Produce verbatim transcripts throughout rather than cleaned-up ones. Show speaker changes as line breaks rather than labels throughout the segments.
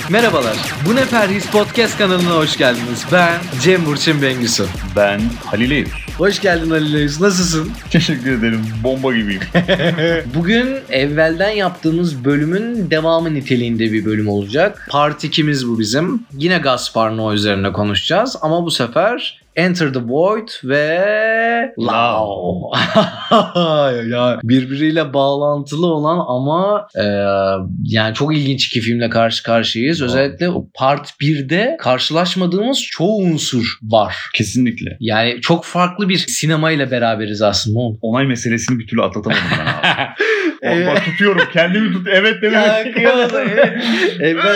Merhabalar, Bu Ne Perhis Podcast kanalına hoş geldiniz. Ben Cem Burçin Bengüsü.
Ben Halil Eyüp.
Hoş geldin Halil Eyüp, nasılsın?
Teşekkür ederim, bomba gibiyim.
Bugün evvelden yaptığımız bölümün devamı niteliğinde bir bölüm olacak. Part ikimiz bu bizim. Yine Gaspar Noé üzerine konuşacağız ama bu sefer Enter the Void ve Lao. Ya birbiriyle bağlantılı olan ama e, yani çok ilginç iki filmle karşı karşıyayız. Özellikle Part birde karşılaşmadığımız çoğu unsur var.
Kesinlikle.
Yani çok farklı bir sinemayla beraberiz aslında.
Onay meselesini bir türlü atlatamadım ben abi. Evet. Bak tutuyorum, kendimi tut. Evet demek.
Evvel,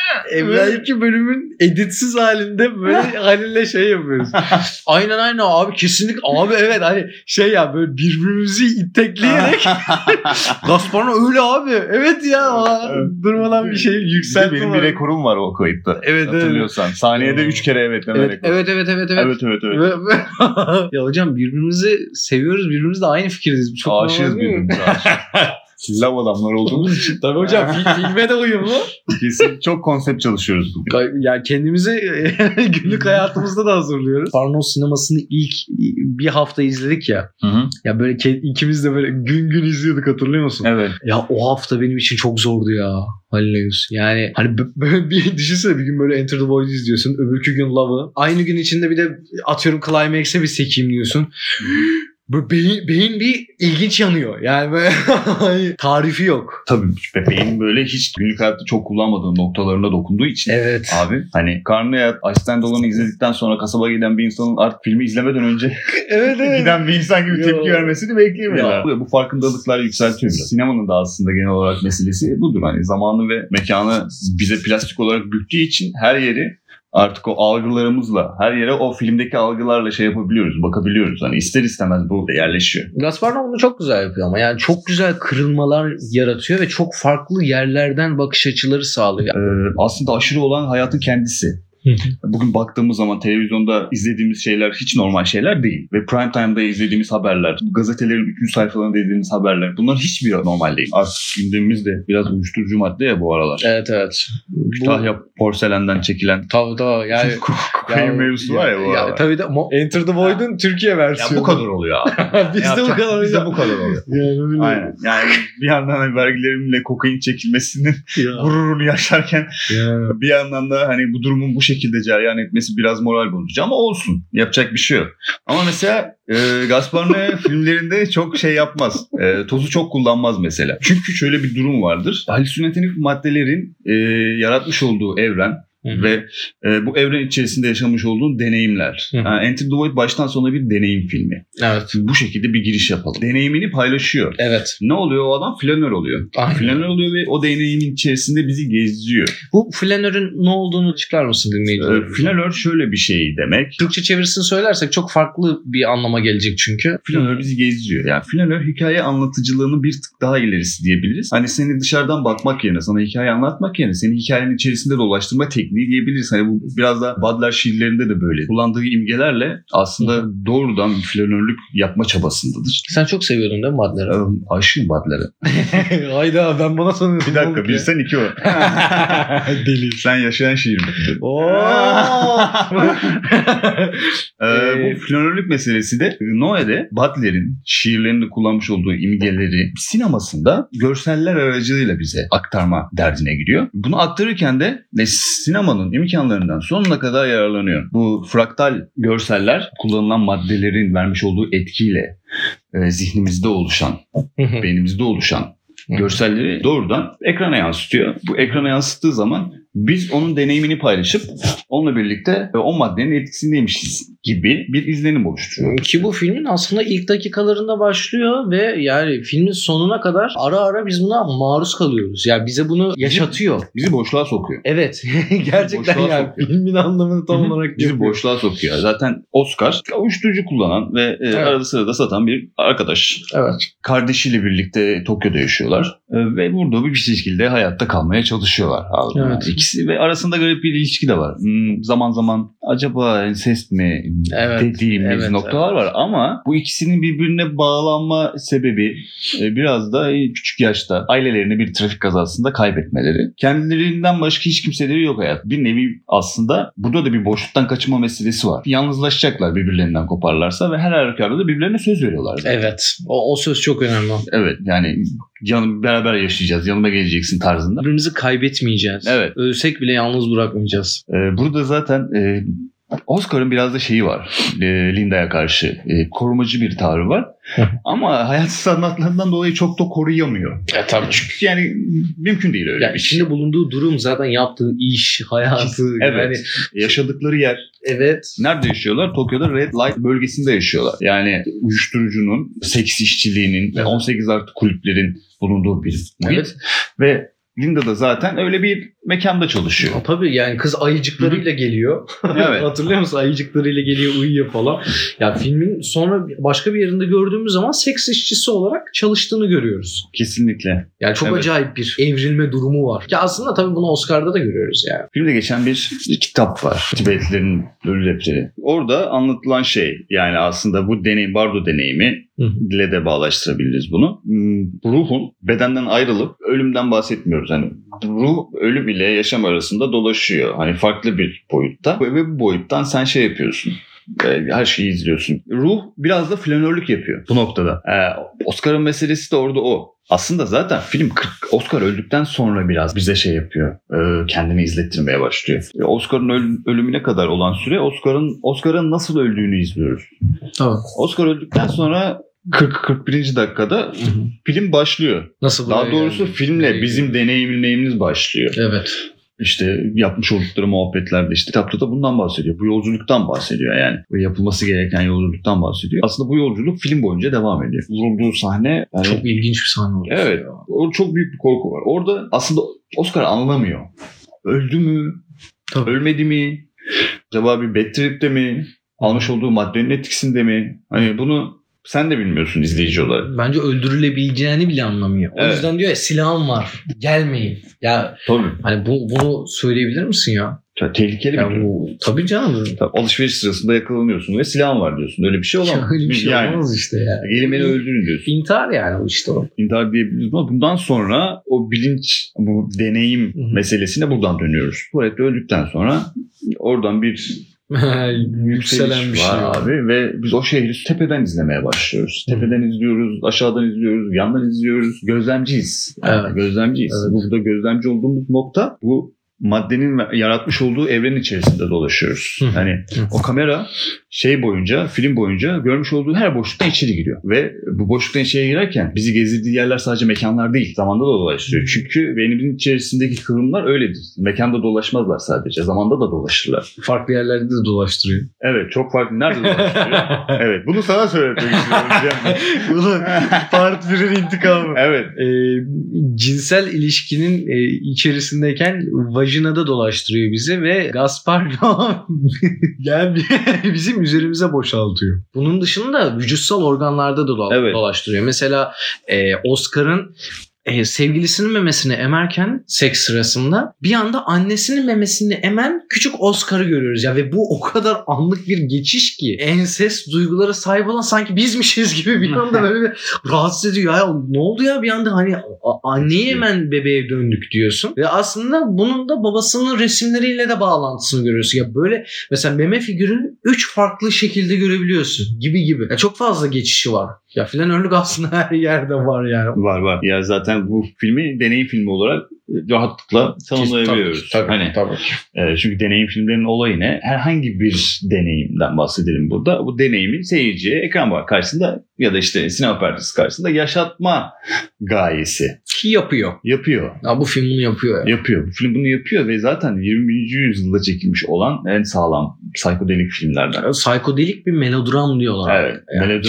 evvelki bölümün editsiz halinde böyle Halil'le şey yapıyoruz. Aynen aynen abi, kesinlikle abi, evet hani şey ya, böyle birbirimizi itekleyerek Gaspar'ın öyle abi. Evet ya, evet. Durmadan bir şey yükseltme.
Benim bir rekorum var o kayıtta.
Evet,
hatırlıyorsan. Evet. Saniyede üç kere evet deme
evet,
rekoru.
Evet evet evet evet.
Evet evet evet.
Ya hocam, birbirimizi seviyoruz. Birbirimizle aynı fikirdeyiz. Çok
aşığız birbirimize, aşığız. Lav adamlar olduğumuz için.
Tabii hocam, filme de uyumlu.
Kesin çok konsept çalışıyoruz bugün.
Yani kendimizi günlük hayatımızda da hazırlıyoruz. Farnos sinemasını ilk bir hafta izledik ya. Hı hı. Ya böyle ikimiz de böyle gün gün izliyorduk, hatırlıyor musun?
Evet.
Ya o hafta benim için çok zordu ya. Halil. Yani hani böyle bir düşünsene, bir gün böyle Enter the Void izliyorsun. Öbürkü gün Love'ı. Aynı gün içinde bir de atıyorum Climax'e bir sekeyim diyorsun. Böyle beyin, beyin bir ilginç yanıyor. Yani böyle tarifi yok.
Tabii beyin böyle hiç günlük hayatta çok kullanmadığın noktalarına dokunduğu için.
Evet.
Abi hani karnı yat, Açten Dolan'ı izledikten sonra kasaba giden bir insanın artık filmi izlemeden önce
evet, evet.
giden bir insan gibi tepki vermesini bekleyemiyorlar. Bu farkındalıklar yükseltiyor biraz. Sinemanın da aslında genel olarak meselesi budur. Hani zamanı ve mekanı bize plastik olarak büktüğü için her yeri artık o algılarımızla, her yere o filmdeki algılarla şey yapabiliyoruz, bakabiliyoruz. Hani ister istemez bu yerleşiyor.
Gaspar Noé bunu çok güzel yapıyor ama yani çok güzel kırılmalar yaratıyor ve çok farklı yerlerden bakış açıları sağlıyor.
Ee, aslında aşırı olan hayatın kendisi. Bugün baktığımız zaman televizyonda izlediğimiz şeyler hiç normal şeyler değil. Ve prime time'da izlediğimiz haberler, gazetelerin üçüncü sayfalarında izlediğimiz haberler, bunlar hiçbir normal değil. Artık gündemimiz de biraz uyuşturucu madde ya bu aralar.
Evet evet.
Kütahya bu... porselenden çekilen.
Tabii tabii. Yani
kokain mevzusu var ya bu
ya,
aralar.
tabii de Enter the Void'un Türkiye versiyonu.
Ya bu kadar oluyor abi.
Bizde bu kadar
Bizde bu kadar oluyor.
Yani,
aynen. Yani bir yandan hani vergilerimle kokain çekilmesinin gururunu yaşarken ya. Bir yandan da hani bu durumun bu şekilde şekilde cereyan etmesi biraz moral bozucu ama olsun. Yapacak bir şey yok. Ama mesela e, Gaspar Noé filmlerinde çok şey yapmaz. E, tozu çok kullanmaz mesela. Çünkü şöyle bir durum vardır. Halüsinatif maddelerin e, yaratmış olduğu evren Hı-hı. ve e, bu evren içerisinde yaşamış olduğun deneyimler. Yani Enter the Void baştan sona bir deneyim filmi.
Evet.
Bu şekilde bir giriş yapalım. Deneyimini paylaşıyor.
Evet.
Ne oluyor? O adam flanör oluyor. Aynen. Flanör oluyor ve o deneyimin içerisinde bizi geziyor.
Bu flanörün ne olduğunu açıklar mısın dinleyiciler?
E, flanör şöyle bir şey demek.
Türkçe çevirisini söylersek çok farklı bir anlama gelecek çünkü.
Flanör bizi geziyor. Yani flanör hikaye anlatıcılığının bir tık daha ilerisi diyebiliriz. Hani seni dışarıdan bakmak yerine, sana hikaye anlatmak yerine seni hikayenin içerisinde dolaştırma tekniği diyebiliriz. Hani bu biraz da Baudelaire şiirlerinde de böyle. Kullandığı imgelerle aslında Hı. doğrudan bir flanörlük yapma çabasındadır.
Sen çok seviyordun değil mi Baudelaire'ı?
Um, aşığım Baudelaire'ı.
Hayda, ben bana sanıyorum.
Bir dakika, bir sen iki o. Deli. Sen yaşayan şiir mi? ee, bu flanörlük meselesi de Noé'de Baudelaire'in şiirlerinde kullanmış olduğu imgeleri sinemasında görseller aracılığıyla bize aktarma derdine giriyor. Bunu aktarırken de ne sinemanın imkanlarından sonuna kadar yararlanıyor. Bu fraktal görseller kullanılan maddelerin vermiş olduğu etkiyle e, zihnimizde oluşan, beynimizde oluşan görselleri doğrudan ekrana yansıtıyor. Bu ekrana yansıttığı zaman biz onun deneyimini paylaşıp onunla birlikte o maddenin etkisindeymişiz gibi bir izlenim oluşturuyor.
Ki bu filmin aslında ilk dakikalarında başlıyor ve yani filmin sonuna kadar ara ara biz buna maruz kalıyoruz. Yani bize bunu yaşatıyor.
Bizi, bizi boşluğa sokuyor.
Evet. Gerçekten
boşluğa
yani
sokuyor.
Filmin anlamını tam olarak
bizi yapıyor. Boşluğa sokuyor. Zaten Oscar uyuşturucu kullanan ve e, evet. arada sırada satan bir arkadaş.
Evet.
Kardeşiyle birlikte Tokyo'da yaşıyorlar. E, ve burada bir şekilde hayatta kalmaya çalışıyorlar. Abi.
Evet.
İkisi ikisi ve arasında garip bir ilişki de var. Hmm, zaman zaman acaba ensest mi
evet,
dediğimiz
evet,
noktalar
evet.
var ama bu ikisinin birbirine bağlanma sebebi e, biraz da küçük yaşta ailelerini bir trafik kazasında kaybetmeleri. Kendilerinden başka hiç kimseleri yok hayat. Bir nevi aslında burada da bir boşluktan kaçınma meselesi var. Yalnızlaşacaklar birbirlerinden koparlarsa ve her halükarda da birbirlerine söz veriyorlar zaten.
Evet. O, o söz çok önemli.
Evet yani yanım beraber yaşayacağız, yanıma geleceksin tarzında.
Birbirimizi kaybetmeyeceğiz.
Evet.
Ölsek bile yalnız bırakmayacağız.
Ee, burada zaten e, Oscar'ın biraz da şeyi var. E, Linda'ya karşı e, korumacı bir tavrı var. Ama hayat standartlarından dolayı çok da koruyamıyor.
Ya tabii.
Çünkü yani mümkün değil öyle
Ya
bir şey.
içinde bulunduğu durum zaten yaptığı iş, hayatı.
Evet.
Yani,
yaşadıkları yer.
evet.
Nerede yaşıyorlar? Tokyo'da Red Light bölgesinde yaşıyorlar. Yani uyuşturucunun, seks işçiliğinin ve
Evet.
on sekiz artı kulüplerin bulunduğu bir muhit.
Evet.
Ve Linda da zaten öyle bir mekanda çalışıyor.
Ya, tabii yani kız ayıcıklarıyla geliyor.
Evet.
Hatırlıyor musun? Ayıcıklarıyla geliyor, uyuyor falan. Ya filmin sonra başka bir yerinde gördüğümüz zaman seks işçisi olarak çalıştığını görüyoruz.
Kesinlikle.
Yani çok
Evet.
acayip bir evrilme durumu var. Ya aslında tabii bunu Oscar'da da görüyoruz yani.
Filmde geçen bir kitap var. Tibetlilerin Ölü Defteri. Orada anlatılan şey yani aslında bu deneyim, bardo deneyimi dile de bağlaştırabiliriz bunu. Ruhun bedenden ayrılıp ölümden bahsetmiyoruz. Hani ruh ölüm ile yaşam arasında dolaşıyor. Hani farklı bir boyutta. Ve bu boyuttan sen şey yapıyorsun. Her şeyi izliyorsun. Ruh biraz da flanörlük yapıyor bu noktada. Ee, Oscar'ın meselesi de orada o. Aslında zaten film kırk Oscar öldükten sonra biraz bize şey yapıyor. E, kendini izlettirmeye başlıyor. E, Oscar'ın öl- ölümüne kadar olan süre Oscar'ın Oscar'ın nasıl öldüğünü izliyoruz.
Tamam.
Oscar öldükten sonra kırk kırk birinci dakikada
Hı hı.
film başlıyor.
Nasıl
Daha
buraya
doğrusu
geldi?
filmle
Buraya
bizim deneyimlememiz başlıyor.
Evet.
İşte yapmış oldukları muhabbetlerde işte kitapta da bundan bahsediyor. Bu yolculuktan bahsediyor yani. Bu yapılması gereken yolculuktan bahsediyor. Aslında bu yolculuk film boyunca devam ediyor. Vurulduğu sahne yani,
Çok ilginç bir sahne oldu.
evet. Orada çok büyük bir korku var. Orada aslında Oscar anlamıyor. Öldü mü?
Tabii.
Ölmedi mi? Acaba bir bad trip'te mi? Almış olduğu maddenin etkisinde mi? Hani bunu sen de bilmiyorsun izleyici olarak.
Bence öldürülebileceğini bile anlamıyor. O
Evet.
yüzden diyor ya silahım var. Gelmeyin. Ya
Tabii.
hani bu, bunu söyleyebilir misin ya?
Ya, tehlikeli
Ya
bir durum.
bu tabii canım.
Tabii, alışveriş sırasında yakalanıyorsun ve silahın var diyorsun. Öyle bir şey olamaz.
Ya öyle bir şey
yani,
olmaz işte ya.
gelin beni öldürün diyorsun.
İntihar yani o işte o.
İntihar diyebiliriz ama bundan sonra o bilinç, bu deneyim
Hı hı.
meselesine buradan dönüyoruz. Tuvalette öldükten sonra oradan bir
Yükselen bir şey
var
var.
abi ve biz o şehri tepeden izlemeye başlıyoruz. Tepeden izliyoruz, aşağıdan izliyoruz, yandan izliyoruz. Gözlemciyiz. Yani
Evet.
Gözlemciyiz.
Evet.
Burada gözlemci olduğumuz nokta bu maddenin yaratmış olduğu evrenin içerisinde dolaşıyoruz.
Hı.
Yani o kamera şey boyunca, film boyunca görmüş olduğu her boşluktan içeri giriyor. Ve bu boşluktan içeri girerken bizi gezdirdiği yerler sadece mekanlar değil, zamanda da dolaşıyor. Çünkü beynimin içerisindeki kıvrımlar öyledir. Mekanda dolaşmazlar sadece, zamanda da dolaşırlar.
Farklı yerlerde de dolaştırıyor.
Evet, çok farklı. Nerede dolaştırıyor? Evet, bunu sana söyletmek istiyorum.
Bunu part birin intikamı.
Evet.
E, cinsel ilişkinin e, içerisindeyken vajinada dolaştırıyor bizi ve Gaspar yani bizim üzerimize boşaltıyor. Bunun dışında vücutsal organlarda da do-
Evet.
dolaştırıyor. Mesela e, Oscar'ın e, sevgilisinin memesini emerken seks sırasında bir anda annesinin memesini emen küçük Oscar'ı görüyoruz ya ve bu o kadar anlık bir geçiş ki ensest duygulara sahip olan sanki bizmişiz gibi bir anda böyle bir rahatsız ediyor. Ya ne oldu ya bir anda hani a- anneye hemen bebeğe döndük diyorsun ve aslında bunun da babasının resimleriyle de bağlantısını görüyorsun. Ya böyle mesela meme figürünü üç farklı şekilde görebiliyorsun gibi gibi. Ya çok fazla geçişi var. Ya flanörlük aslında her yerde var yani.
Var var. Ya zaten bu filmi deneyim filmi olarak rahatlıkla tanımlayabiliyoruz.
Tabii,
hani,
tabii.
e, çünkü deneyim filmlerinin olayı ne? Herhangi bir deneyimden bahsedelim burada. Bu deneyimi seyirciye ekran karşısında ya da işte sinema perdesi karşısında yaşatma gayesi.
Ki yapıyor.
Yapıyor.
Ya bu film bunu yapıyor ya.
Yapıyor. Bu film bunu yapıyor ve zaten yirmi birinci yüzyılda çekilmiş olan en sağlam psikodelik filmlerden.
Psikodelik bir melodram diyorlar.
Evet.
Yani
melodram.
Kim,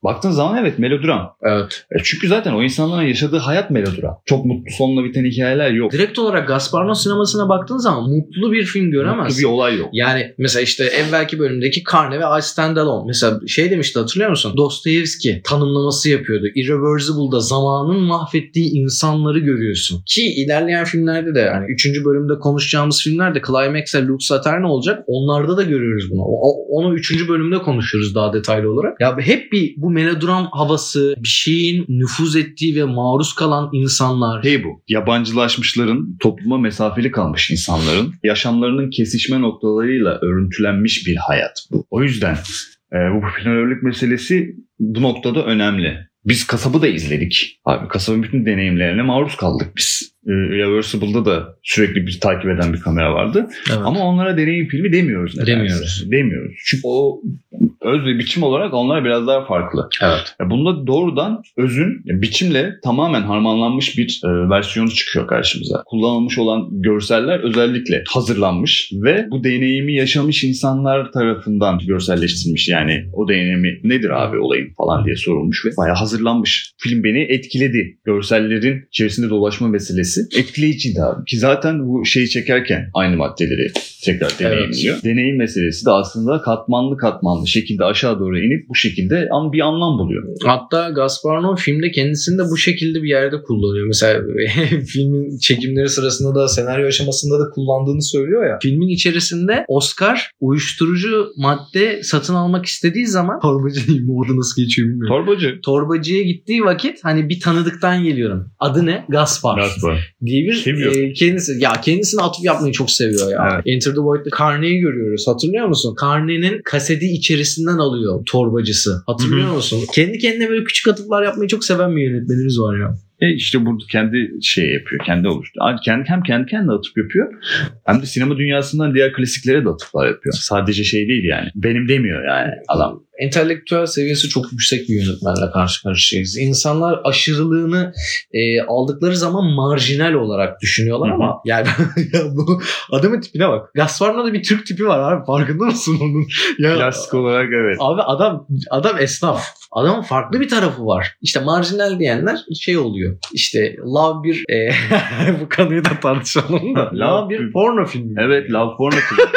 baktığın zaman evet melodram.
Evet.
E çünkü zaten o insanların yaşadığı hayat melodram. Çok mutlu sonla biten hikayeler yok.
Direkt olarak Gaspar Noé sinemasına baktığın zaman mutlu bir film göremezsin.
Mutlu bir olay yok.
Yani mesela işte evvelki bölümdeki Carne ve I Stand Alone. Mesela şey demişti, hatırlıyor musun? Dostoyevski tanımlaması yapıyordu. Irreversible'da zamanın mahvettiği insanları görüyorsun. Ki ilerleyen filmlerde de yani üçüncü bölümde konuşacağımız filmlerde Climax ve Lux Aeterna olacak. Onlarda da görüyoruz bunu. O, onu üçüncü bölümde konuşuyoruz daha detaylı olarak. Ya hep bir bu melodram havası, bir şeyin nüfuz ettiği ve maruz kalan insanlar.
Hey bu. Yabancılaşmışların, topluma mesafeli kalmış insanların yaşamlarının kesişme noktalarıyla örüntülenmiş bir hayat bu. O yüzden e, bu planörlük meselesi bu noktada önemli. Biz Kasabı da izledik. Abi Kasabın bütün deneyimlerine maruz kaldık biz. Irreversible'da da sürekli bir takip eden bir kamera vardı. Evet. Ama onlara deneyim filmi demiyoruz. Nedense. Demiyoruz. Demiyoruz. Çünkü o öz ve biçim olarak onlar biraz daha farklı.
Evet.
Bunda doğrudan özün biçimle tamamen harmanlanmış bir e, versiyonu çıkıyor karşımıza. Kullanılmış olan görseller özellikle hazırlanmış ve bu deneyimi yaşamış insanlar tarafından görselleştirilmiş. Yani o deneyimi nedir abi olayın falan diye sorulmuş ve bayağı hazırlanmış. Film beni etkiledi. Görsellerin içerisinde dolaşma meselesi etkileyiciydi abi. Ki zaten bu şeyi çekerken aynı maddeleri tekrar deneyimliyor. Evet. Deneyim meselesi de aslında katmanlı katmanlı şekilde aşağı doğru inip bu şekilde bir anlam buluyor.
Hatta Gaspar Noé filmde kendisini de bu şekilde bir yerde kullanıyor. Mesela filmin çekimleri sırasında da senaryo aşamasında da kullandığını söylüyor ya. Filmin içerisinde Oscar uyuşturucu madde satın almak istediği zaman torbacı değil mi? Orada nasıl geçiyor bilmiyorum.
Torbacı.
Torbacıya gittiği vakit hani bir tanıdıktan geliyorum. Adı ne? Gaspar.
Gaspar.
Diye bir e, kendisi ya kendisini atıf yapmayı çok seviyor ya. Evet. Enter the Void'de Carne'yi görüyoruz. Hatırlıyor musun? Carne'nin kaseti içerisinden alıyor torbacısı. Hatırlıyor Hı-hı. musun? Kendi kendine böyle küçük atıflar yapmayı çok seven bir yönetmenimiz var ya.
E işte burada kendi şey yapıyor. Kendi oluşturuyor. Kendi, hem kendi kendine atıf yapıyor hem de sinema dünyasından diğer klasiklere de atıflar yapıyor. Sadece şey değil yani. Benim demiyor yani adam.
Entelektüel seviyesi çok yüksek bir yönetmenle karşı karşıyayız. İnsanlar aşırılığını e, aldıkları zaman marjinal olarak düşünüyorlar Hı-hı. ama yani ya bu adamın tipine bak. Gaspar Noé'da bir Türk tipi var abi. Farkında mısın onun? Ya,
Klasik olarak evet.
Abi adam adam esnaf. Adamın farklı bir tarafı var. İşte marjinal diyenler şey oluyor. İşte Love bir e, bu konuyu da tartışalım da. Love bir porno filmi.
Evet, Love porno filmi.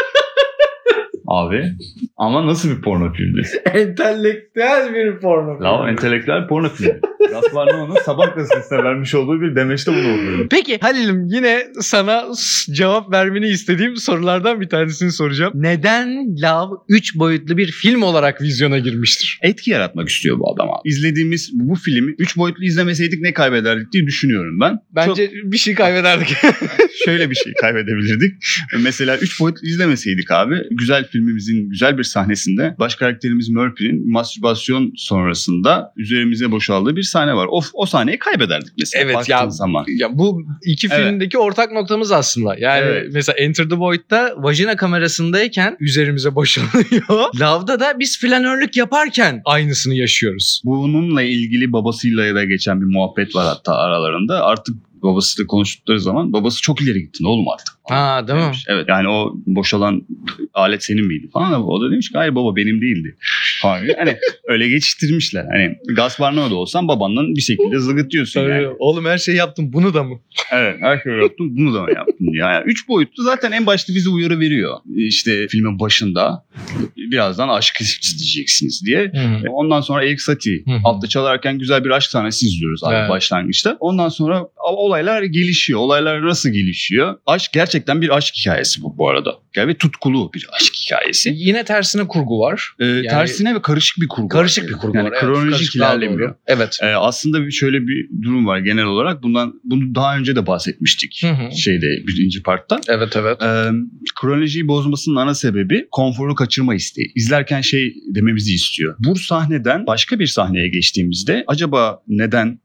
Abi ama nasıl bir porno filmi?
Entelektüel bir porno filmi.
Love entelektüel porno filmi. Gaspar Noé'nin Sabah gazetesine vermiş olduğu bir demeçte bunu oluyor.
Peki Halil'im, yine sana cevap vermeni istediğim sorulardan bir tanesini soracağım. Neden Love üç boyutlu bir film olarak vizyona girmiştir?
Etki yaratmak istiyor bu adam abi. İzlediğimiz bu filmi üç boyutlu izlemeseydik ne kaybederdik diye düşünüyorum ben.
Bence Çok... bir şey kaybederdik.
Şöyle bir şey kaybedebilirdik. Mesela üç boyutlu izlemeseydik abi, güzel filmimizin güzel bir sahnesinde baş karakterimiz Murphy'nin mastürbasyon sonrasında üzerimize boşaldığı bir sahne var. O, o sahneyi kaybederdik mesela.
Evet ya, zaman. Ya bu iki filmdeki evet. ortak noktamız aslında. Yani evet. mesela Enter the Void'da vajina kamerasındayken üzerimize boşalıyor. Love'da da biz flanörlük yaparken aynısını yaşıyoruz.
Bununla ilgili babasıyla da geçen bir muhabbet var hatta aralarında. Artık babasıyla konuştukları zaman babası çok ileri gittin oğlum artık.
Ha değil
demiş.
mi?
Evet, yani o boşalan alet senin miydi falan. O da demiş ki hayır baba benim değildi. Hani öyle geçiştirmişler. Hani Gaspar Noé'da olsan babandan bir şekilde zıgıtıyorsun yani.
Oğlum her şeyi yaptım, bunu da mı?
Evet, her şeyi yaptım, bunu da mı yaptım diye. Yani üç boyutlu zaten en başta bize uyarı veriyor. İşte filmin başında birazdan aşk izleyeceksiniz diye. Hı-hı. Ondan sonra Erik Satie Hı-hı. altta çalarken güzel bir aşk sahnesi izliyoruz abi evet. başlangıçta. Ondan sonra olaylar gelişiyor. Olaylar nasıl gelişiyor? Aşk gerçekten bir aşk hikayesi bu bu arada. Yani ve tutkulu bir aşk hikayesi.
Yine tersine kurgu var.
Ee, yani, tersine ve karışık bir kurgu
karışık
var.
bir kurgu
yani
var.
Kronolojik evet, ilerlemiyor.
Evet.
Ee, aslında şöyle bir durum var genel olarak. Bundan bunu daha önce de bahsetmiştik. Hı hı. Şeyde birinci partta.
Evet evet.
Ee, kronolojiyi bozmasının ana sebebi konforu kaçırma isteği. İzlerken şey dememizi istiyor. Bu sahneden başka bir sahneye geçtiğimizde acaba neden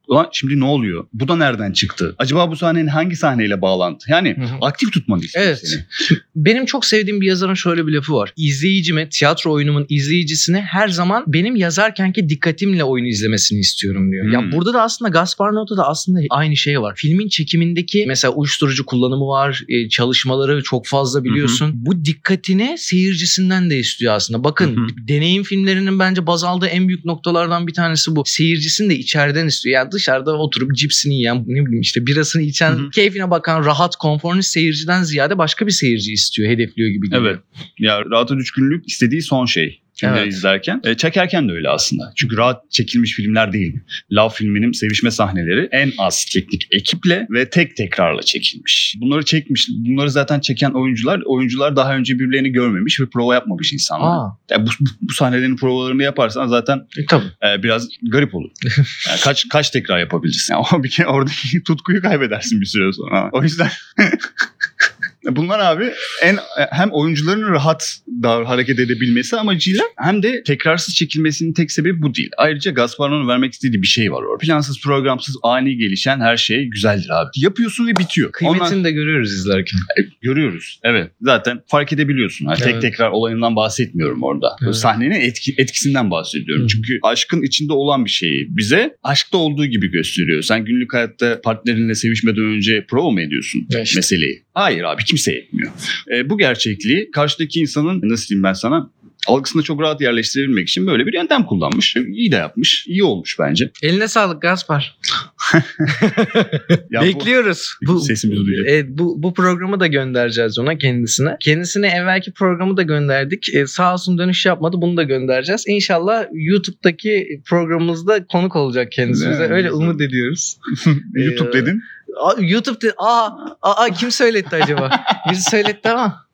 Ulan şimdi ne oluyor? Bu da nereden çıktı? Acaba bu sahnenin hangi sahneyle bağlantı? Yani
Hı hı.
aktif tutmanı istiyor
Evet.
seni.
Benim çok sevdiğim bir yazarın şöyle bir lafı var. İzleyicime, tiyatro oyunumun izleyicisine her zaman benim yazarkenki dikkatimle oyunu izlemesini istiyorum diyor.
Hmm.
Ya burada da aslında Gaspar Noé'da da aslında aynı şey var. Filmin çekimindeki mesela uyuşturucu kullanımı var, e, çalışmaları çok fazla biliyorsun. Hı hı. Bu dikkatini seyircisinden de istiyor aslında. Bakın, hı hı. deneyim filmlerinin bence baz aldığı en büyük noktalardan bir tanesi bu. Seyircisini de içeriden istiyor. Yani dışarıda oturup cipsini yiyen, ne bileyim işte birasını içen, hı hı. keyfine bakan, rahat, konforlu seyirciden ziyade başka bir seyirci istiyor, hedefliyor gibi geliyor.
Evet. Ya Rahat'a Düşkünlük istediği son şey. Filmleri evet. izlerken. E, çekerken de öyle aslında. Çünkü rahat çekilmiş filmler değil. Love filminin sevişme sahneleri en az teknik ekiple ve tek tekrarla çekilmiş. Bunları çekmiş. Bunları zaten çeken oyuncular, oyuncular daha önce birbirlerini görmemiş ve prova yapmamış insanlar. Yani bu, bu, bu sahnelerin provalarını yaparsan zaten e, tabii. E, biraz garip olur. Yani kaç kaç tekrar yapabilirsin? Yani o bir kere oradaki tutkuyu kaybedersin bir süre sonra. O yüzden bunlar abi en hem oyuncuların rahat da hareket edebilmesi amacıyla hem de tekrarsız çekilmesinin tek sebebi bu değil. Ayrıca Gaspar Noé'nin vermek istediği bir şey var orada. Plansız, programsız, ani gelişen her şey güzeldir abi. Yapıyorsun ve bitiyor.
Kıymetini Ondan... de görüyoruz izlerken.
E, görüyoruz. Evet. Zaten fark edebiliyorsun. Yani evet. Tek tekrar olayından bahsetmiyorum orada. Evet. Sahnenin etki, etkisinden bahsediyorum. Hı. Çünkü aşkın içinde olan bir şeyi bize aşkta olduğu gibi gösteriyor. Sen günlük hayatta partnerinle sevişmeden önce prova mı ediyorsun evet. meseleyi? Hayır abi, kimse etmiyor. E, bu gerçekliği karşıdaki insanın, nasıl diyeyim ben sana, algısında çok rahat yerleştirebilmek için böyle bir yöntem kullanmış. İyi de yapmış. İyi olmuş bence.
Eline sağlık Gaspar. Bekliyoruz.
Bu, sesimizi duyacak.
Evet, bu, bu programı da göndereceğiz ona, kendisine. Kendisine evvelki programı da gönderdik. Ee, sağ olsun dönüş yapmadı. Bunu da göndereceğiz. İnşallah YouTube'daki programımızda konuk olacak kendisi. Evet, öyle umut ediyoruz.
YouTube dedin.
YouTube dedi. Aa, aa, kim söyletti acaba? Biri söyletti ama.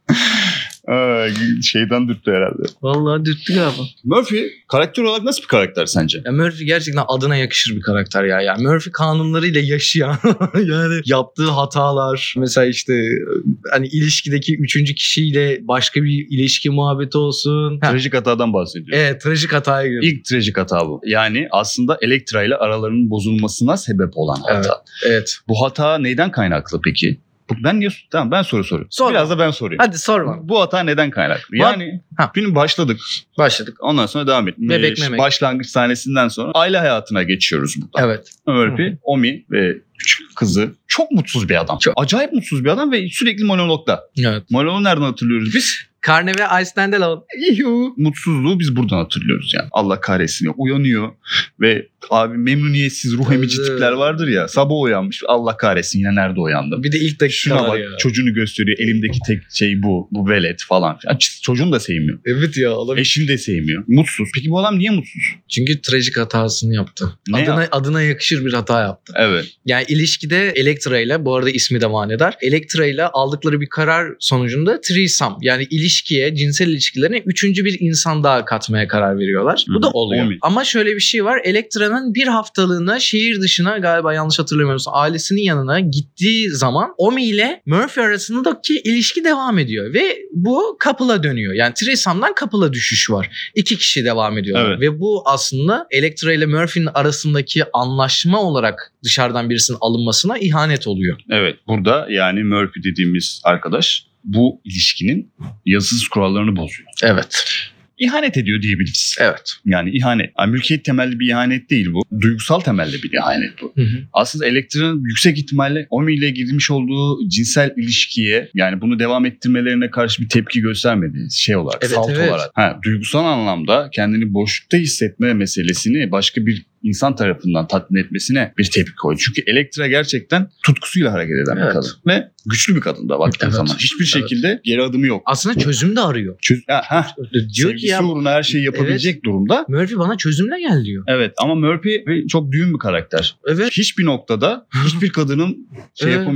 Aa, şeyden dürttü herhalde.
Vallahi dürttü galiba.
Murphy karakter olarak nasıl bir karakter sence?
Ya Murphy gerçekten adına yakışır bir karakter ya. Yani Murphy kanunlarıyla yaşayan yani yaptığı hatalar, mesela işte hani ilişkideki üçüncü kişiyle başka bir ilişki muhabbeti olsun.
Trajik hatadan bahsediyor.
Evet, trajik hataya giriyor.
İlk trajik hata bu. Yani aslında Elektra ile aralarının bozulmasına sebep olan hata.
Evet. evet.
Bu hata neyden kaynaklı peki? Ben niye? Tamam, ben soru soruyorum.
Sor.
Biraz da ben sorayım.
Hadi sor bana.
Bu hata neden kaynaklı? Yani ha. film başladık.
Başladık.
Ondan sonra devam ettik.
Bebek memek.
Başlangıç sahnesinden sonra aile hayatına geçiyoruz burada.
Evet.
Murphy, Omi ve küçük kızı çok mutsuz bir adam. Çok. Acayip mutsuz bir adam ve sürekli monologda.
Evet.
Monologu nereden hatırlıyoruz biz?
Carne ve Ice Standalone.
Mutsuzluğu biz buradan hatırlıyoruz yani. Allah kahretsin yok. Uyanıyor ve abi memnuniyetsiz ruh emici tipler vardır ya. Sabah uyanmış. Allah kahretsin yine nerede uyandım.
Bir de ilk dakika
Şuna bak
ya.
Çocuğunu gösteriyor. Elimdeki tek şey bu. Bu velet falan. Yani çocuğunu da sevmiyor.
Evet ya. Olabilir.
Eşini de sevmiyor. Mutsuz. Peki bu adam niye mutsuz?
Çünkü trajik hatasını yaptı. Ne adına, yaptı? Adına yakışır bir hata yaptı.
Evet.
Yani ilişkide Elektra ile, bu arada ismi de manidar, Elektra ile aldıkları bir karar sonucunda threesome, yani ilişkiye, cinsel ilişkilerine üçüncü bir insan daha katmaya karar veriyorlar. Hı-hı. Bu da oluyor. Omi. Ama şöyle bir şey var. Elektra'nın bir haftalığına şehir dışına, galiba yanlış hatırlamıyorsam ailesinin yanına gittiği zaman Omi ile Murphy arasındaki ilişki devam ediyor. Ve bu couple'a dönüyor. Yani threesome'dan couple'a düşüş var. İki kişi devam ediyorlar. Evet. Ve bu aslında Elektra ile Murphy'nin arasındaki anlaşma olarak dışarıdan birisinin alınmasına ihanet oluyor.
Evet. Burada yani Murphy dediğimiz arkadaş bu ilişkinin yazısız kurallarını bozuyor.
Evet.
İhanet ediyor diyebiliriz.
Evet.
Yani ihanet. Yani mülkiyet temelli bir ihanet değil bu. Duygusal temelli bir ihanet bu. Hı hı. Aslında Elektra'nın yüksek ihtimalle Omi ile girmiş olduğu cinsel ilişkiye, yani bunu devam ettirmelerine karşı bir tepki göstermedi. Şey olarak,
evet,
salt
evet.
olarak. Ha, duygusal anlamda kendini boşlukta hissetme meselesini başka bir insan tarafından tatmin etmesine bir tepki koydu. Çünkü Elektra gerçekten tutkusuyla hareket eden evet. bir kadın. Ve güçlü bir kadın da baktığın evet. zaman. Hiçbir evet. şekilde geri adımı yok.
Aslında çözüm de arıyor.
Çöz- ha, ha.
Diyor ki ya,
uğruna her şeyi yapabilecek evet. durumda.
Murphy bana çözümle gel diyor.
Evet, ama Murphy çok düğün bir karakter.
Evet.
Hiçbir noktada hiçbir kadının şey evet. yapamıyor.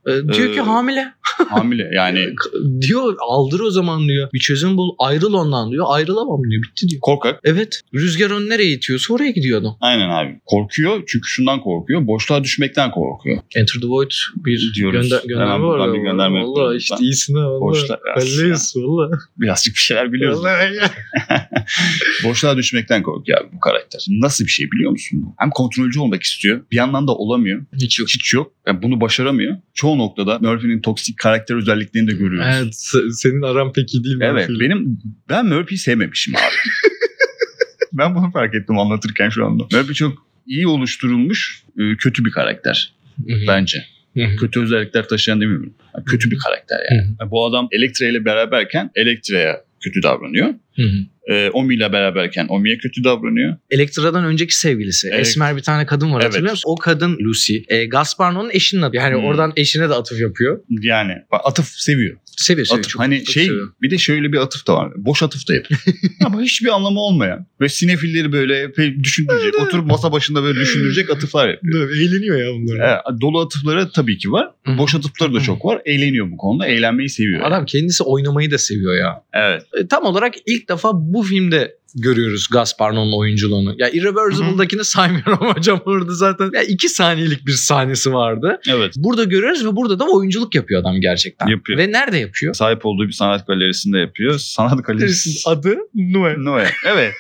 Ee, diyor
Ee,
ki hamile.
Hamile yani.
Diyor aldır o zaman diyor. Bir çözüm bul, ayrıl ondan diyor. Ayrılamam diyor. Bitti diyor.
Korkak.
Evet. Rüzgar onu nereye itiyorsa oraya gidiyor adam.
Aynen abi. Korkuyor çünkü şundan korkuyor. Boşluğa düşmekten korkuyor.
Enter the Void bir
Diyoruz.
gönder gönderme
Hemen
var.
buradan bir gönderme
Valla
yapıyorum
işte
ben.
iyisin ha.
Boşluğa-
Belliyiz valla.
Birazcık bir şeyler biliyoruz.
Vallahi.
Boşluğa düşmekten korkuyor abi bu karakter. Nasıl bir şey biliyor musun? Hem kontrolcü olmak istiyor. Bir yandan da olamıyor.
Hiç yok.
Hiç yok. Yani bunu başaramıyor. Çoğu noktada Murphy'nin toksik karakter özelliklerini de görüyoruz.
Evet, se- senin aran pek iyi değil mi?
Evet. Benim ben Murphy'yi sevmemişim abi. Ben bunu fark ettim anlatırken şu anda. Murphy çok iyi oluşturulmuş e, kötü bir karakter bence. Kötü özellikler taşıyan demiyorum. Yani kötü bir karakter yani. Yani bu adam Elektra ile beraberken Elektra'ya kötü davranıyor. E, Omi ile beraberken Omi'ye kötü davranıyor.
Elektra'dan önceki sevgilisi.
Evet.
Esmer bir tane kadın var,
Evet.
hatırlıyor musun? O kadın Lucy. E, Gasparno'nun eşinin adı. Yani
Hmm.
oradan eşine de atıf yapıyor.
Yani atıf seviyor.
Seviyor seviyor.
Atıf.
Çok,
Hani
çok
şey
seviyor.
bir de şöyle bir atıf da var. Boş atıf da yapıyor. Ama hiçbir anlamı olmayan ve sinefilleri böyle pe- düşündürecek, oturup masa başında böyle düşündürecek atıflar yapıyor.
Eğleniyor ya bunlar.
Evet, dolu atıfları tabii ki var.
Hı.
Boş atıfları da çok var. Eğleniyor bu konuda. Eğlenmeyi seviyor.
Adam kendisi oynamayı da seviyor ya.
Evet.
E, tam olarak ilk defa bu filmde görüyoruz Gasparno'nun oyunculuğunu. Ya Irreversible'dakini saymıyorum hocam, orada zaten ya iki saniyelik bir sahnesi vardı.
Evet.
Burada görüyoruz ve burada da oyunculuk yapıyor adam gerçekten.
Yapıyor.
Ve nerede yapıyor?
Sahip olduğu bir sanat galerisinde yapıyor. Sanat galerisi.
Adı Noe.
Noe. Evet.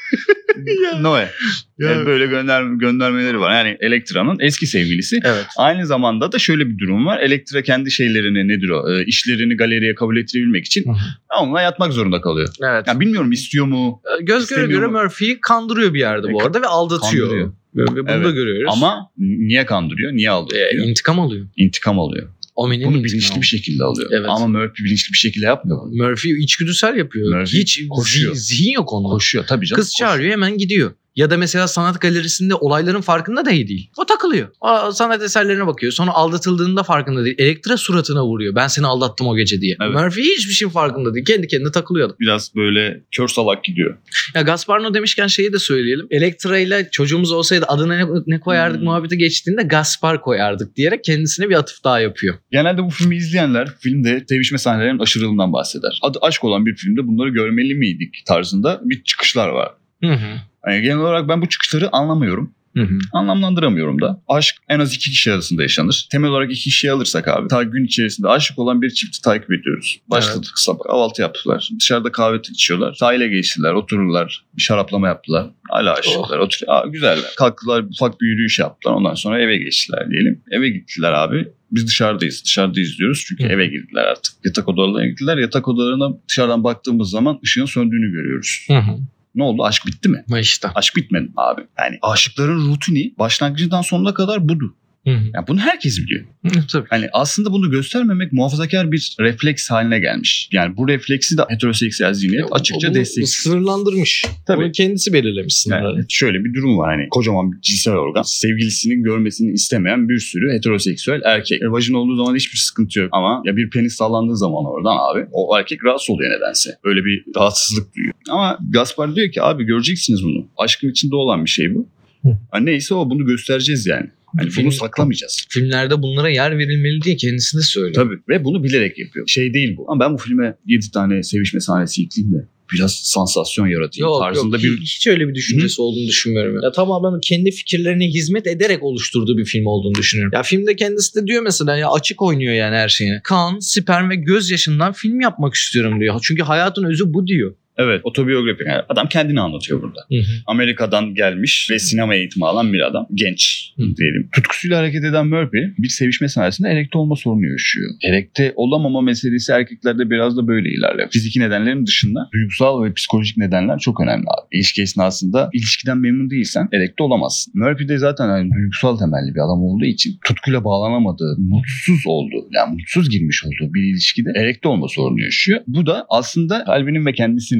Noe. Yani böyle gönder göndermeleri var. Yani Elektra'nın eski sevgilisi.
Evet.
Aynı zamanda da şöyle bir durum var. Elektra kendi şeylerini nedir o? E, işlerini galeriye kabul ettirebilmek için
Hı hı.
onunla yatmak zorunda kalıyor.
Evet.
Yani bilmiyorum istiyor mu?
Göz göre
İstemiyor
göre
mu?
Murphy'yi kandırıyor bir yerde
E,
bu arada ve aldatıyor.
kandırıyor.
Ve, ve bunu
Evet.
da görüyoruz.
Ama niye kandırıyor? Niye alıyor?
E, intikam alıyor.
İntikam alıyor.
Omen'in
Bunu
intikamı.
bilinçli bir şekilde alıyor.
Evet.
Ama Murphy bilinçli bir şekilde yapmıyor.
Murphy içgüdüsel yapıyor.
Murphy
Hiç
koşuyor.
zi- zihin yok onun.
Koşuyor tabii canım.
Kız çağırıyor, hemen gidiyor. Ya da mesela sanat galerisinde olayların farkında dahi değil. O takılıyor. O sanat eserlerine bakıyor. Sonra aldatıldığında farkında değil. Elektra suratına vuruyor. Ben seni aldattım o gece diye.
Evet.
Murphy hiçbir şeyin farkında değil. Kendi kendine takılıyordu.
Biraz böyle kör salak gidiyor.
Ya Gasparno demişken şeyi de söyleyelim. Elektra ile çocuğumuz olsaydı adına ne, ne koyardık
Hmm.
muhabbeti geçtiğinde Gaspar koyardık diyerek kendisine bir atıf daha yapıyor.
Genelde bu filmi izleyenler filmde sevişme sahnelerinin aşırılığından bahseder. Adı aşk olan bir filmde bunları görmeli miydik tarzında bir çıkışlar var.
Hı hı.
Yani genel olarak ben bu çıkışları anlamıyorum.
Hı hı.
Anlamlandıramıyorum da. Aşk en az iki kişi arasında yaşanır. Temel olarak iki kişiyi alırsak abi. Ta gün içerisinde aşık olan bir çifti takip ediyoruz. Başladık
Evet.
sabah kahvaltı yaptılar. Dışarıda kahve içiyorlar. Sahile geçtiler, otururlar. Bir şaraplama yaptılar. Hala aşıklar.
Oh.
Otur Aa, güzeller. Kalktılar, ufak bir yürüyüş yaptılar. Ondan sonra eve geçtiler diyelim. Eve gittiler abi. Biz dışarıdayız. Dışarıda izliyoruz. Çünkü
Hı.
eve girdiler artık. Yatak odalarına gittiler. Yatak odalarına dışarıdan baktığımız zaman ışığın söndüğünü görüyoruz.
Hı hı.
Ne oldu? Aşk bitti mi?
Ama işte.
Aşk bitmedi abi. Yani aşıkların rutini başlangıcından sonuna kadar budur.
Hı hı.
Yani bunu herkes biliyor.
Hı, tabii.
Hani aslında bunu göstermemek muhafazakar bir refleks haline gelmiş. Yani bu refleksi de heteroseksüel zihniyet açıkça
Bunu
destekliyor.
sınırlandırmış.
Tabii.
Onu kendisi belirlemiş sınırları.
Yani şöyle bir durum var, hani kocaman bir cinsel organ sevgilisinin görmesini istemeyen bir sürü heteroseksüel erkek. E, vajin olduğu zaman hiçbir sıkıntı yok ama ya bir penis sallandığı zaman oradan abi o erkek rahatsız oluyor nedense. Öyle bir rahatsızlık duyuyor. Ama Gaspar diyor ki abi göreceksiniz bunu. Aşkın içinde olan bir şey bu.
Hı.
Ha, neyse o bunu göstereceğiz yani. Hani
Film-
bunu saklamayacağız.
Filmlerde bunlara yer verilmeli diye kendisi de söylüyor.
Tabii ve bunu bilerek yapıyor. Şey değil bu. Ama ben bu filme yedi tane sevişme sahnesi ekleyeyim de biraz sansasyon yaratayım
Yok
tarzında
yok
bir...
hiç, hiç öyle bir düşüncesi olduğunu düşünmüyorum. Ya tamamen kendi fikirlerine hizmet ederek oluşturduğu bir film olduğunu düşünüyorum. Ya filmde kendisi de diyor mesela ya açık oynuyor yani her şeyini. Kan, sperm ve gözyaşından film yapmak istiyorum diyor. Çünkü hayatın özü bu diyor.
Evet, otobiyografi. Yani adam kendini anlatıyor burada.
Hı hı.
Amerika'dan gelmiş ve sinema eğitimi alan bir adam. Genç
Hı.
diyelim. Tutkusuyla hareket eden Murphy bir sevişme sahnesinde erekte olma sorunu yaşıyor. Erekte olamama meselesi erkeklerde biraz da böyle ilerliyor. Fiziki nedenlerin dışında duygusal ve psikolojik nedenler çok önemli abi. İlişki esnasında ilişkiden memnun değilsen erekte olamazsın. Murphy de zaten yani duygusal temelli bir adam olduğu için tutkuyla bağlanamadığı, mutsuz olduğu, yani mutsuz girmiş olduğu bir ilişkide erekte olma sorunu yaşıyor. Bu da aslında kalbinin ve kendisinin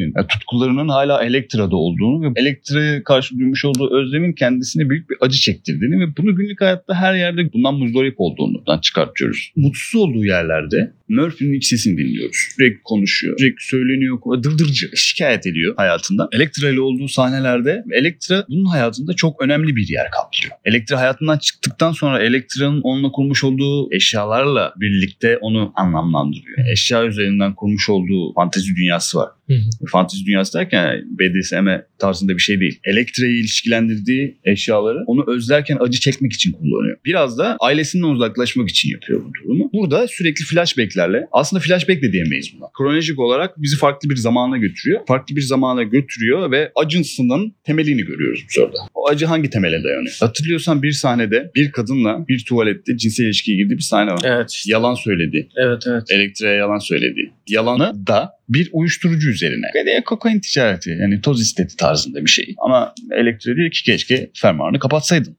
kendisinin, yani tutkularının hala Elektra'da olduğunu ve Elektra'ya karşı duymuş olduğu özlemin kendisine büyük bir acı çektirdiğini ve bunu günlük hayatta her yerde bundan muzdarip olduğundan çıkartıyoruz. Mutsuz olduğu yerlerde Murphy'nin iç sesini dinliyoruz. Sürekli konuşuyor, sürekli söyleniyor, dırdırcı, şikayet ediyor hayatından. Elektra ile olduğu sahnelerde Elektra bunun hayatında çok önemli bir yer kaplıyor. Elektra hayatından çıktıktan sonra Elektra'nın onunla kurmuş olduğu eşyalarla birlikte onu anlamlandırıyor. Eşya üzerinden kurmuş olduğu fantezi dünyası var. Hı hı. Fantezi dünyası derken B D S M tarzında bir şey değil. Elektra'yı ilişkilendirdiği eşyaları onu özlerken acı çekmek için kullanıyor. Biraz da ailesinden uzaklaşmak için yapıyor bu durumu. Burada sürekli flashbacklerle, aslında flashback de diyemeyiz buna. Kronolojik olarak bizi farklı bir zamana götürüyor. Farklı bir zamana götürüyor ve acısının temelini görüyoruz bu sırada. O acı hangi temele dayanıyor? Hatırlıyorsan bir sahnede bir kadınla bir tuvalette cinsel ilişkiye girdiği bir sahne var.
Evet.
Yalan söyledi.
Evet evet.
Elektra'ya yalan söyledi. Yalanı da bir uyuşturucu üzerine. Ve kokain ticareti, yani toz istedi tarzında bir şey. Ama Elektra diyor ki keşke fermuarını kapatsaydın.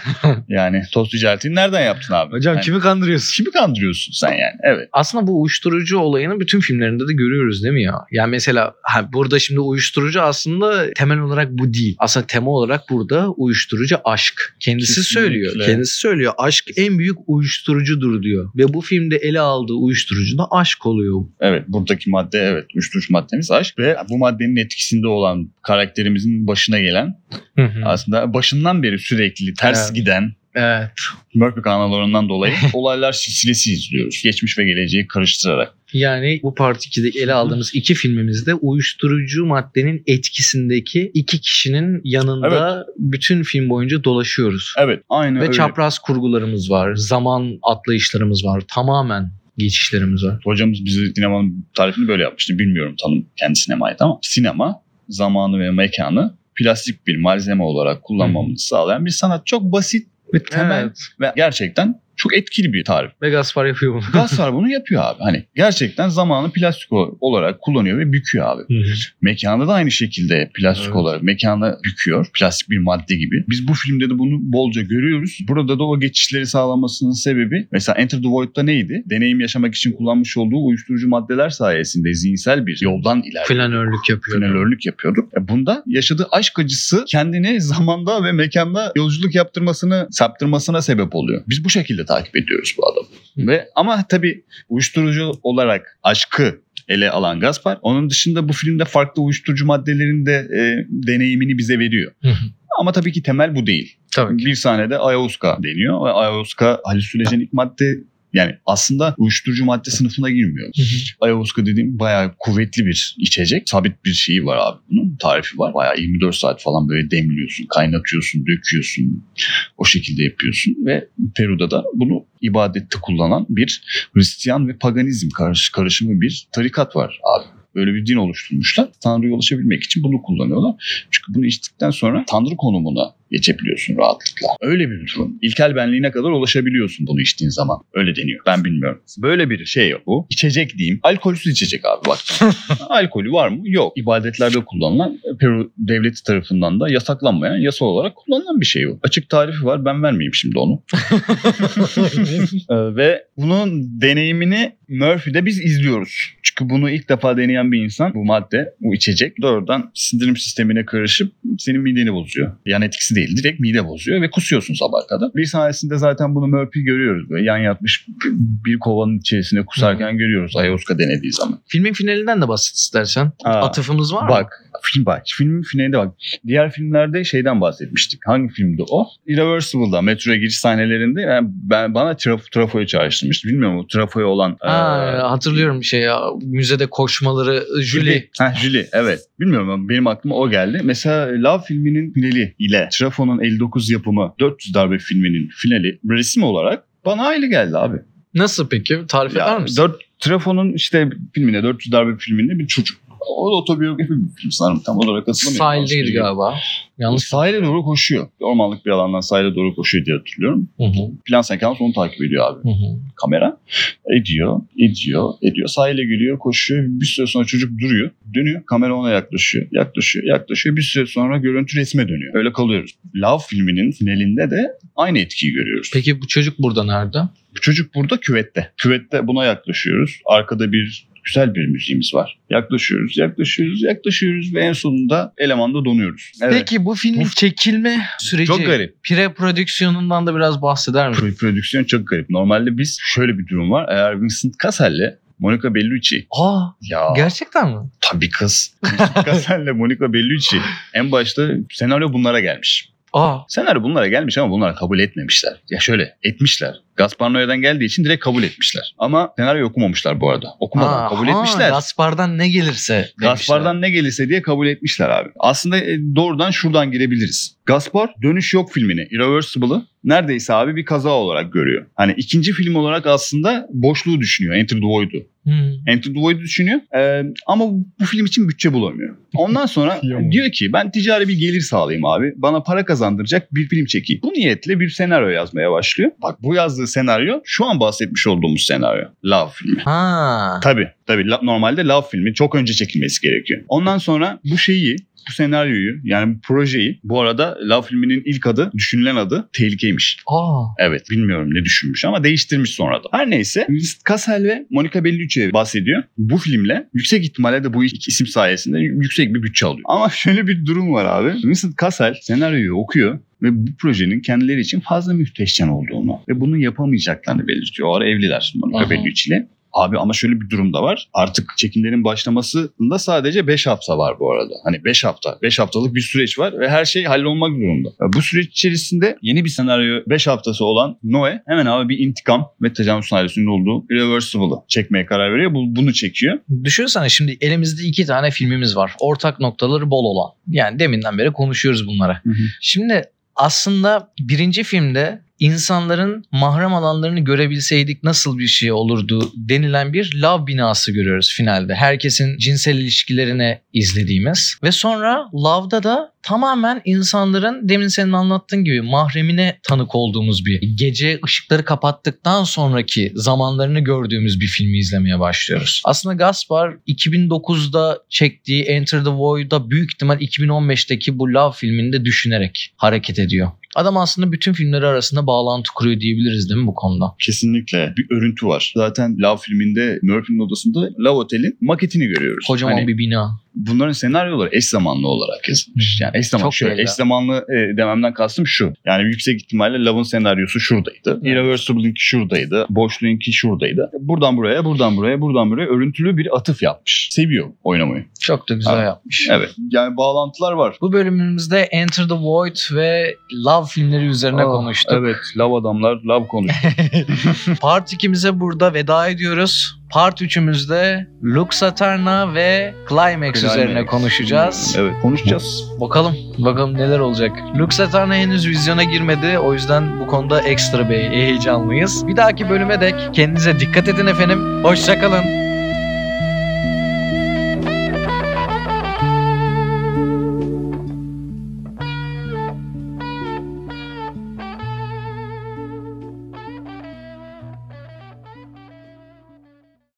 Yani toz ticaretini nereden yaptın abi?
Hocam
yani,
kimi kandırıyorsun?
Kimi kandırıyorsun sen yani? Evet.
Aslında bu uyuşturucu olayını bütün filmlerinde de görüyoruz değil mi ya? Yani mesela ha, burada şimdi uyuşturucu aslında temel olarak bu değil. Aslında tema olarak burada uyuşturucu aşk. Kendisi
Kesinlikle.
söylüyor. Kendisi söylüyor. Aşk en büyük uyuşturucudur diyor. Ve bu filmde ele aldığı uyuşturucu da aşk oluyor.
Evet, buradaki madde evet uyuşturucu maddemiz aşk ve bu maddenin etkisinde olan karakterimizin başına gelen
hı hı.
aslında başından beri sürekli ters
evet.
giden
evet.
Murphy kanallarından dolayı olaylar silsilesi izliyoruz. Geçmiş ve geleceği karıştırarak.
Yani bu Part iki'de ele aldığımız iki filmimizde uyuşturucu maddenin etkisindeki iki kişinin yanında evet. bütün film boyunca dolaşıyoruz.
Evet, aynen
ve
öyle. Ve
çapraz kurgularımız var. Zaman atlayışlarımız var. Tamamen geçişlerimiz var.
Hocamız bize sinemanın tarifini böyle yapmıştı. Bilmiyorum tanım kendi sinemaydı ama sinema zamanı ve mekanı plastik bir malzeme olarak kullanmamızı hmm. sağlayan bir sanat. Çok basit ve temel evet. ve gerçekten çok etkili bir tarif.
Ve Gaspar yapıyor bunu.
Gaspar bunu yapıyor abi. Hani gerçekten zamanı plastik olarak kullanıyor ve büküyor abi. Hı-hı. Mekanı da aynı şekilde plastik evet. olarak mekanı büküyor. Plastik bir madde gibi. Biz bu filmde de bunu bolca görüyoruz. Burada da o geçişleri sağlamasının sebebi mesela Enter the Void'da neydi? Deneyim yaşamak için kullanmış olduğu uyuşturucu maddeler sayesinde zihinsel bir yoldan ilerliyor.
Flanörlük yapıyordu.
Flanörlük yapıyorduk. Bunda yaşadığı aşk acısı kendini zamanda ve mekanda yolculuk yaptırmasını, saptırmasına sebep oluyor. Biz bu şekilde takip ediyoruz bu adamı. Hı. Ve ama tabii uyuşturucu olarak aşkı ele alan Gaspar, onun dışında bu filmde farklı uyuşturucu maddelerin de e, deneyimini bize veriyor. Hı hı. Ama tabii ki temel bu değil.
Tabii ki.
Bir sahnede ayahuasca deniyor ve ayahuasca halüsinojenik madde, yani aslında uyuşturucu madde sınıfına girmiyor. Hı hı. Ayahuasca dediğim bayağı kuvvetli bir içecek. Sabit bir şeyi var abi bunun. Tarifi var. Bayağı yirmi dört saat falan böyle demliyorsun, kaynatıyorsun, döküyorsun. O şekilde yapıyorsun ve Peru'da da bunu ibadette kullanan bir Hristiyan ve paganizm karış, karışımı bir tarikat var abi. Böyle bir din oluşturmuşlar. Tanrı'ya ulaşabilmek için bunu kullanıyorlar. Çünkü bunu içtikten sonra Tanrı konumuna geçebiliyorsun rahatlıkla. Öyle bir durum. İlkel benliğine kadar ulaşabiliyorsun bunu içtiğin zaman. Öyle deniyor. Ben bilmiyorum. Böyle bir şey yok bu. İçecek diyeyim. Alkolsüz içecek abi bak. Alkolü var mı? Yok. İbadetlerde kullanılan, Peru devleti tarafından da yasaklanmayan, yasal olarak kullanılan bir şey bu. Açık tarifi var. Ben vermeyeyim şimdi onu. Ve bunun deneyimini Murphy'de biz izliyoruz. Çünkü bunu ilk defa deneyen bir insan, bu madde, bu içecek doğrudan sindirim sistemine karışıp senin mideni bozuyor. Yan etkisi değil, direkt mide bozuyor ve kusuyorsun sabaha kadar. Bir sahnesinde zaten bunu Murphy görüyoruz. Böyle yan yatmış bir kovanın içerisinde kusarken hmm. görüyoruz ayahuasca denediği zaman.
Filmin finalinden de bahset istersen. Aa, atıfımız var
bak,
mı?
Bak, film bak. Filmin finalinde bak. Diğer filmlerde şeyden bahsetmiştik. Hangi filmdi o? Irreversible'da, metroya giriş sahnelerinde yani ben bana traf, trafoyu çağrıştırmıştı. Bilmiyorum o trafoya olan.
Ha, e, hatırlıyorum bir şey ya. Müzede koşmaları Julie.
Ha Julie, evet. Bilmiyorum ama benim aklıma o geldi. Mesela Love filminin finali ile Truffaut'un elli dokuz yapımı dört yüz darbe filminin finali resim olarak bana aynı geldi abi.
Nasıl peki? Tarif eder misin?
dört Truffaut'un işte filmine, dört yüz darbe filminde bir çocuk. O da otobiyografi bir film sanırım. Tam olarak hatırlamıyorum.
Sahildeydi galiba.
Yanlış. Sahile doğru koşuyor. Ormanlık bir alandan sahile doğru koşuyor diye hatırlıyorum. Hı hı. Plan sekans onu takip ediyor abi. Hı hı. Kamera. Ediyor, ediyor, ediyor. Sahile geliyor, koşuyor. Bir süre sonra çocuk duruyor. Dönüyor. Kamera ona yaklaşıyor. Yaklaşıyor, yaklaşıyor. Bir süre sonra görüntü resme dönüyor. Öyle kalıyoruz. Love filminin finalinde de aynı etkiyi görüyoruz.
Peki bu çocuk burada nerede?
Bu çocuk burada küvette. Küvette buna yaklaşıyoruz. Arkada bir Güzel bir müziğimiz var. Yaklaşıyoruz, yaklaşıyoruz, yaklaşıyoruz ve en sonunda elemanda donuyoruz. Evet.
Peki bu filmin çekilme süreci,
Çok garip.
pre-prodüksiyonundan da biraz bahseder misin?
Prodüksiyon çok garip. Normalde biz şöyle bir durum var. Eğer Vincent Cassel'le Monica Bellucci.
Aa,
Ya
gerçekten mi?
tabii kız. Vincent Cassel'le Monica Bellucci. En başta senaryo bunlara gelmiş.
Aa.
Senaryo bunlara gelmiş ama bunlar kabul etmemişler. Ya şöyle etmişler. Gaspar Noé'den geldiği için direkt kabul etmişler. Ama senaryo okumamışlar bu arada. Okumadan
Aa,
kabul
ha,
etmişler.
Gaspar'dan ne gelirse demişler.
Gaspar'dan ne gelirse diye kabul etmişler abi. Aslında e, doğrudan şuradan girebiliriz. Gaspar Dönüş Yok filmini, Irreversible'ı neredeyse abi bir kaza olarak görüyor. Hani ikinci film olarak aslında boşluğu düşünüyor. Enter the Void'u.
Hmm.
Enter the Void'u düşünüyor. Ee, ama bu film için bütçe bulamıyor. Ondan sonra diyor ki ben ticari bir gelir sağlayayım abi. Bana para kazandıracak bir film çekeyim. Bu niyetle bir senaryo yazmaya başlıyor. Bak bu yazdığı senaryo şu an bahsetmiş olduğumuz senaryo. Love filmi.
Ha.
Tabii. Tabii normalde Love filmi çok önce çekilmesi gerekiyor. Ondan sonra bu şeyi, bu senaryoyu yani bu projeyi, bu arada Love filminin ilk adı, düşünülen adı Tehlikeymiş.
Aa.
Evet, bilmiyorum ne düşünmüş ama değiştirmiş sonra da. Her neyse Vincent Cassel ve Monica Bellucci'ye bahsediyor. Bu filmle yüksek ihtimalle de bu iki isim sayesinde yüksek bir bütçe alıyor. Ama şöyle bir durum var abi. Vincent Cassel senaryoyu okuyor ve bu projenin kendileri için fazla müstehcen olduğunu ve bunu yapamayacaklarını belirtiyor. O ara evliler Monica Bellucci ile. Abi ama şöyle bir durum da var. Artık çekimlerin başlamasında sadece beş hafta var bu arada. Hani beş hafta. beş haftalık bir süreç var ve her şey hallolmak durumunda. Bu süreç içerisinde yeni bir senaryo beş haftası olan Noé hemen abi bir intikam ve tecavüz senaryosunda olduğu Irreversible'ı çekmeye karar veriyor. Bu, bunu çekiyor.
Düşünsene şimdi elimizde iki tane filmimiz var. Ortak noktaları bol olan. Yani deminden beri konuşuyoruz bunları. Hı hı. Şimdi aslında birinci filmde insanların mahrem alanlarını görebilseydik nasıl bir şey olurdu denilen bir Love binası görüyoruz finalde. Herkesin cinsel ilişkilerini izlediğimiz. Ve sonra Love'da da tamamen insanların demin senin anlattığın gibi mahremine tanık olduğumuz bir gece ışıkları kapattıktan sonraki zamanlarını gördüğümüz bir filmi izlemeye başlıyoruz. Aslında Gaspar iki bin dokuzda çektiği Enter the Void'da büyük ihtimal iki bin on beşteki bu Love filmini de düşünerek hareket ediyor. Adam aslında bütün filmleri arasında bağlantı kuruyor diyebiliriz değil mi bu konuda?
Kesinlikle bir örüntü var. Zaten Love filminde Murphy'nin odasında Love Otel'in maketini görüyoruz.
Kocaman
hani,
bir bina.
Bunların senaryoları eş zamanlı olarak yazılmış. Yani eş zamanlı, şöyle, eş zamanlı e, dememden kastım şu. Yani yüksek ihtimalle Love'ın senaryosu şuradaydı. Evet. Irreversible'inki şuradaydı. Boşluğunki şuradaydı. Buradan buraya, buradan buraya, buradan buraya örüntülü bir atıf yapmış. Seviyor oynamayı.
Çok da güzel
ha.
yapmış.
Evet. Yani bağlantılar var.
Bu bölümümüzde Enter the Void ve Love filmleri üzerine oh, konuştuk.
Evet. Love adamlar, Love konuştuk.
Part ikimize burada veda ediyoruz. Part üçümüzde Lux Aeterna ve Climax, Climax üzerine konuşacağız.
Evet, konuşacağız.
Bakalım, bakalım neler olacak. Lux Aeterna henüz vizyona girmedi. O yüzden bu konuda ekstra bir heyecanlıyız. Bir dahaki bölüme dek kendinize dikkat edin efendim. Hoşça kalın.